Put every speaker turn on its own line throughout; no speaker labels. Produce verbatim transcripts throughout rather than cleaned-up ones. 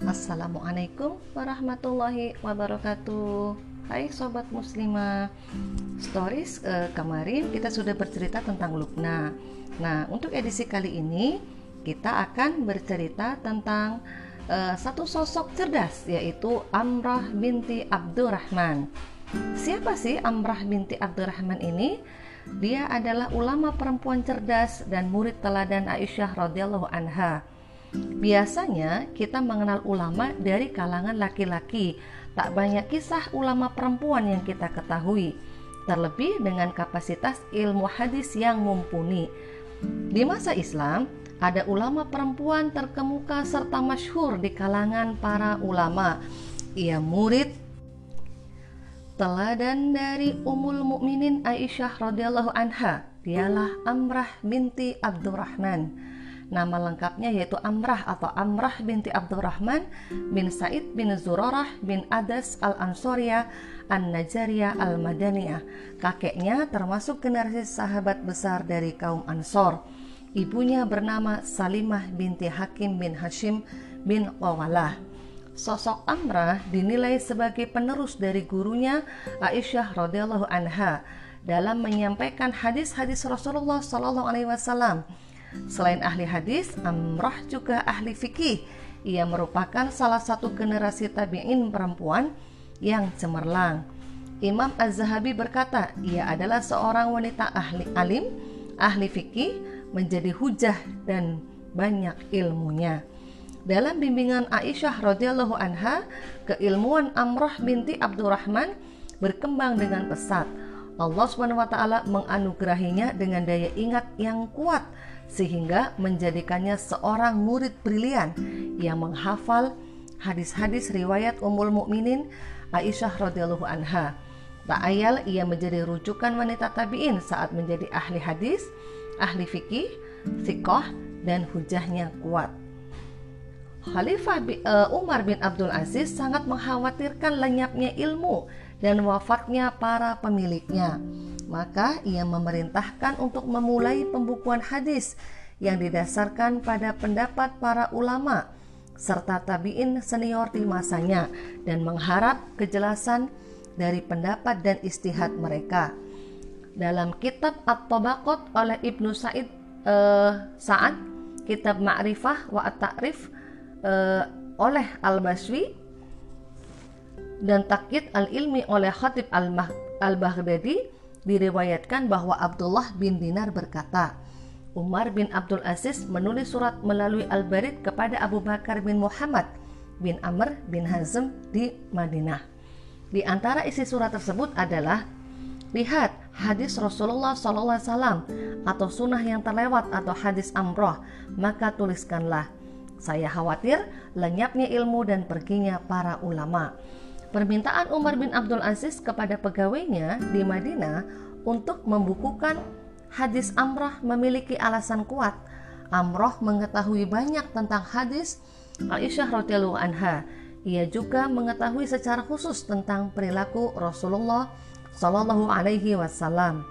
Assalamualaikum warahmatullahi wabarakatuh. Hai sobat muslimah. Stories eh, kemarin kita sudah bercerita tentang Lubna. Nah, untuk edisi kali ini kita akan bercerita tentang eh, satu sosok cerdas, yaitu Amrah binti Abdurrahman. Siapa sih Amrah binti Abdurrahman ini? Dia adalah ulama perempuan cerdas dan murid teladan Aisyah radhiyallahu anha. Biasanya kita mengenal ulama dari kalangan laki-laki, tak banyak kisah ulama perempuan yang kita ketahui, terlebih dengan kapasitas ilmu hadis yang mumpuni. Di masa Islam, ada ulama perempuan terkemuka serta masyhur di kalangan para ulama. Ia murid teladan dari Ummul Mukminin Aisyah radhiyallahu anha. Dialah Amrah binti Abdurrahman. Nama lengkapnya yaitu Amrah atau Amrah binti Abdurrahman bin Sa'id bin Zurarah bin Adas al-Ansoriyah an-Najariyah al-Madaniyah. Kakeknya termasuk generasi sahabat besar dari kaum Ansor. Ibunya bernama Salimah binti Hakim bin Hashim bin Qawalah. Sosok Amrah dinilai sebagai penerus dari gurunya Aisyah radhiyallahu anha dalam menyampaikan hadis-hadis Rasulullah shallallahu alaihi wasallam. Selain ahli hadis, Amrah juga ahli fikih. Ia merupakan salah satu generasi tabi'in perempuan yang cemerlang. Imam Az-Zahabi berkata, ia adalah seorang wanita ahli alim, ahli fikih, menjadi hujah dan banyak ilmunya. Dalam bimbingan Aisyah radhiyallahu anha, keilmuan Amrah binti Abdurrahman berkembang dengan pesat. Allah subhanahu wa taala menganugerahinya dengan daya ingat yang kuat, sehingga menjadikannya seorang murid brilian yang menghafal hadis-hadis riwayat Ummul Mukminin Aisyah radhiyallahu anha. Tak ayal ia menjadi rujukan wanita tabi'in saat menjadi ahli hadis, ahli fikih, thiqah, dan hujahnya kuat. Khalifah Umar bin Abdul Aziz sangat mengkhawatirkan lenyapnya ilmu dan wafatnya para pemiliknya. Maka ia memerintahkan untuk memulai pembukuan hadis yang didasarkan pada pendapat para ulama serta tabi'in senior di masanya dan mengharap kejelasan dari pendapat dan istihad mereka. Dalam kitab At-Tabaqat oleh Ibnu Sa'id uh, Sa'ad, kitab Ma'rifah wa At-Ta'rif uh, oleh Al-Baswi, dan Taqyid al-Ilmi oleh Khatib al-Baghdadi, diriwayatkan bahwa Abdullah bin Dinar berkata, Umar bin Abdul Aziz menulis surat melalui Al-Barid kepada Abu Bakar bin Muhammad bin Amr bin Hazm di Madinah. Di antara isi surat tersebut adalah, lihat hadis Rasulullah shallallahu alaihi wasallam atau sunnah yang terlewat atau hadis Amrah, maka tuliskanlah. Saya khawatir lenyapnya ilmu dan perginya para ulama. Permintaan Umar bin Abdul Aziz kepada pegawainya di Madinah untuk membukukan hadis Amrah memiliki alasan kuat. Amrah mengetahui banyak tentang hadis Aisyah radhiyallahu anha. Ia juga mengetahui secara khusus tentang perilaku Rasulullah Shallallahu alaihi wasallam.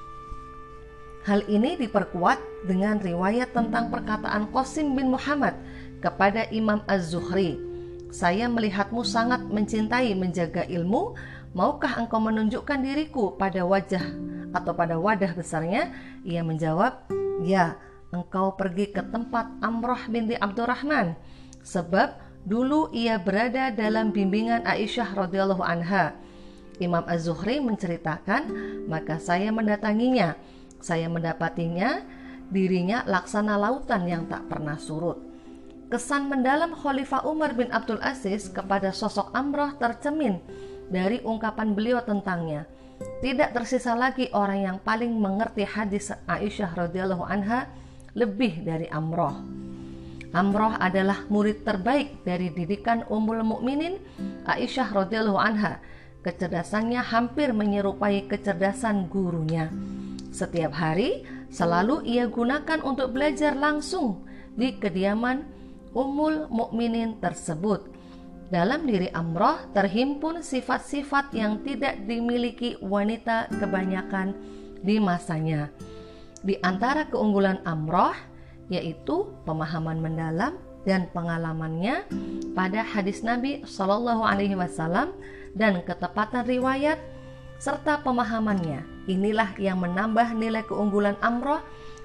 Hal ini diperkuat dengan riwayat tentang perkataan Qasim bin Muhammad kepada Imam Az-Zuhri, saya melihatmu sangat mencintai menjaga ilmu, maukah engkau menunjukkan diriku pada wajah atau pada wadah besarnya? Ia menjawab, ya, engkau pergi ke tempat Amrah binti Abdurrahman, sebab dulu ia berada dalam bimbingan Aisyah radhiyallahu anha. Imam Az-Zuhri menceritakan, maka saya mendatanginya, saya mendapatinya, dirinya laksana lautan yang tak pernah surut. Kesan mendalam Khalifah Umar bin Abdul Aziz kepada sosok Amrah tercermin dari ungkapan beliau tentangnya. Tidak tersisa lagi orang yang paling mengerti hadis Aisyah radhiyallahu anha lebih dari Amrah. Amrah adalah murid terbaik dari didikan Ummul Mukminin Aisyah radhiyallahu anha. Kecerdasannya hampir menyerupai kecerdasan gurunya. Setiap hari selalu ia gunakan untuk belajar langsung di kediaman Ummul Mukminin tersebut. Dalam diri Amrah terhimpun sifat-sifat yang tidak dimiliki wanita kebanyakan di masanya. Di antara keunggulan Amrah yaitu pemahaman mendalam dan pengalamannya pada hadis Nabi Shallallahu Alaihi Wasallam dan ketepatan riwayat serta pemahamannya. Inilah yang menambah nilai keunggulan Amroh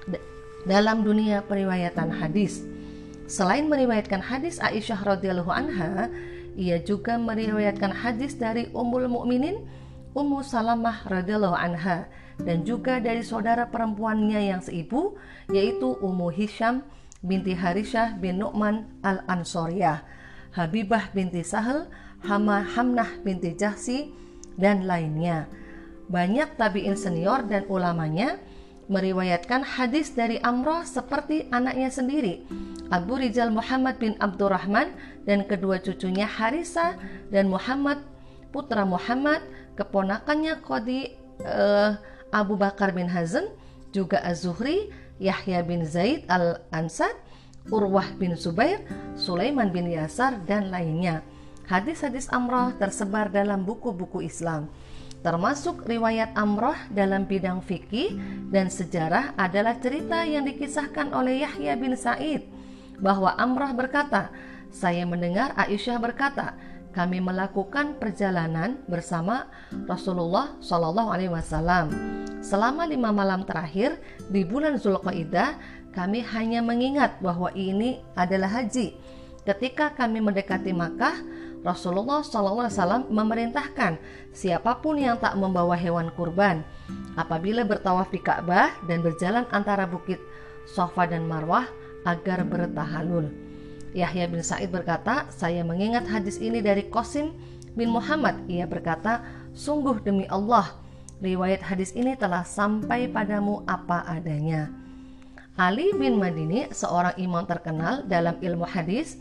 dalam dunia periwayatan hadis. Selain meriwayatkan hadis Aisyah radhiyallahu anha, ia juga meriwayatkan hadis dari Ummul Mukminin Ummu Salamah radhiyallahu anha dan juga dari saudara perempuannya yang seibu, yaitu Ummu Hisham binti Harisyah bin Nu'man al-Ansoriyah, Habibah binti Sahal, Hama Hamnah binti Jahsi, dan lainnya. Banyak tabi'in senior dan ulamanya meriwayatkan hadis dari Amroh seperti anaknya sendiri, Abu Rizal Muhammad bin Abdurrahman, dan kedua cucunya Harisa dan Muhammad putra Muhammad, keponakannya Qadi uh, Abu Bakar bin Hazm, juga Az-Zuhri, Yahya bin Zaid al-Ansad, Urwah bin Zubair, Sulaiman bin Yasar, dan lainnya. Hadis-hadis Amroh tersebar dalam buku-buku Islam, termasuk riwayat Amroh dalam bidang fikih dan sejarah adalah cerita yang dikisahkan oleh Yahya bin Sa'id bahwa Amroh berkata, saya mendengar Aisyah berkata, kami melakukan perjalanan bersama Rasulullah Shallallahu Alaihi Wasallam selama lima malam terakhir di bulan Zulqaidah. Kami hanya mengingat bahwa ini adalah haji. Ketika kami mendekati Makkah, Rasulullah Shallallahu Alaihi Wasallam memerintahkan siapapun yang tak membawa hewan kurban apabila bertawaf di Ka'bah dan berjalan antara bukit Safa dan Marwah agar bertahalul. Yahya bin Sa'id berkata, saya mengingat hadis ini dari Qasim bin Muhammad. Ia berkata, sungguh demi Allah, riwayat hadis ini telah sampai padamu apa adanya. Ali bin Madini, seorang imam terkenal dalam ilmu hadis,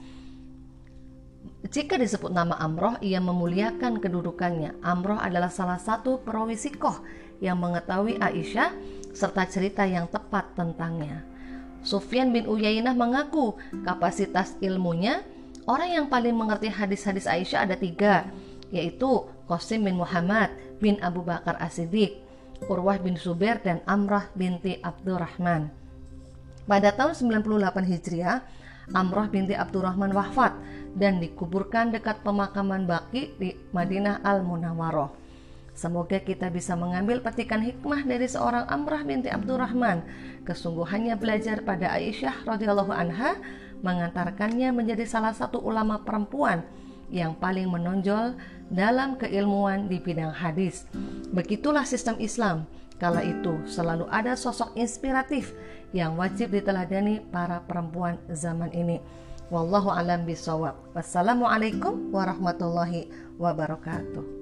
jika disebut nama Amroh, ia memuliakan kedudukannya. Amroh adalah salah satu perawi sikoh yang mengetahui Aisyah serta cerita yang tepat tentangnya. Sufyan bin Uyainah mengaku kapasitas ilmunya orang yang paling mengerti hadis-hadis Aisyah ada tiga, yaitu Qasim bin Muhammad bin Abu Bakar As-Siddiq, Urwah bin Zubair, dan Amrah binti Abdurrahman. Pada tahun sembilan puluh delapan Hijriah, Amrah binti Abdurrahman wafat dan dikuburkan dekat pemakaman Baqi di Madinah Al-Munawwaroh. Semoga kita bisa mengambil petikan hikmah dari seorang Amrah binti Abdurrahman. Kesungguhannya belajar pada Aisyah radhiyallahu anha mengantarkannya menjadi salah satu ulama perempuan yang paling menonjol dalam keilmuan di bidang hadis. Begitulah sistem Islam. Kala itu selalu ada sosok inspiratif yang wajib diteladani para perempuan zaman ini. Wallahu a'lam bishawab. Wassalamualaikum warahmatullahi wabarakatuh.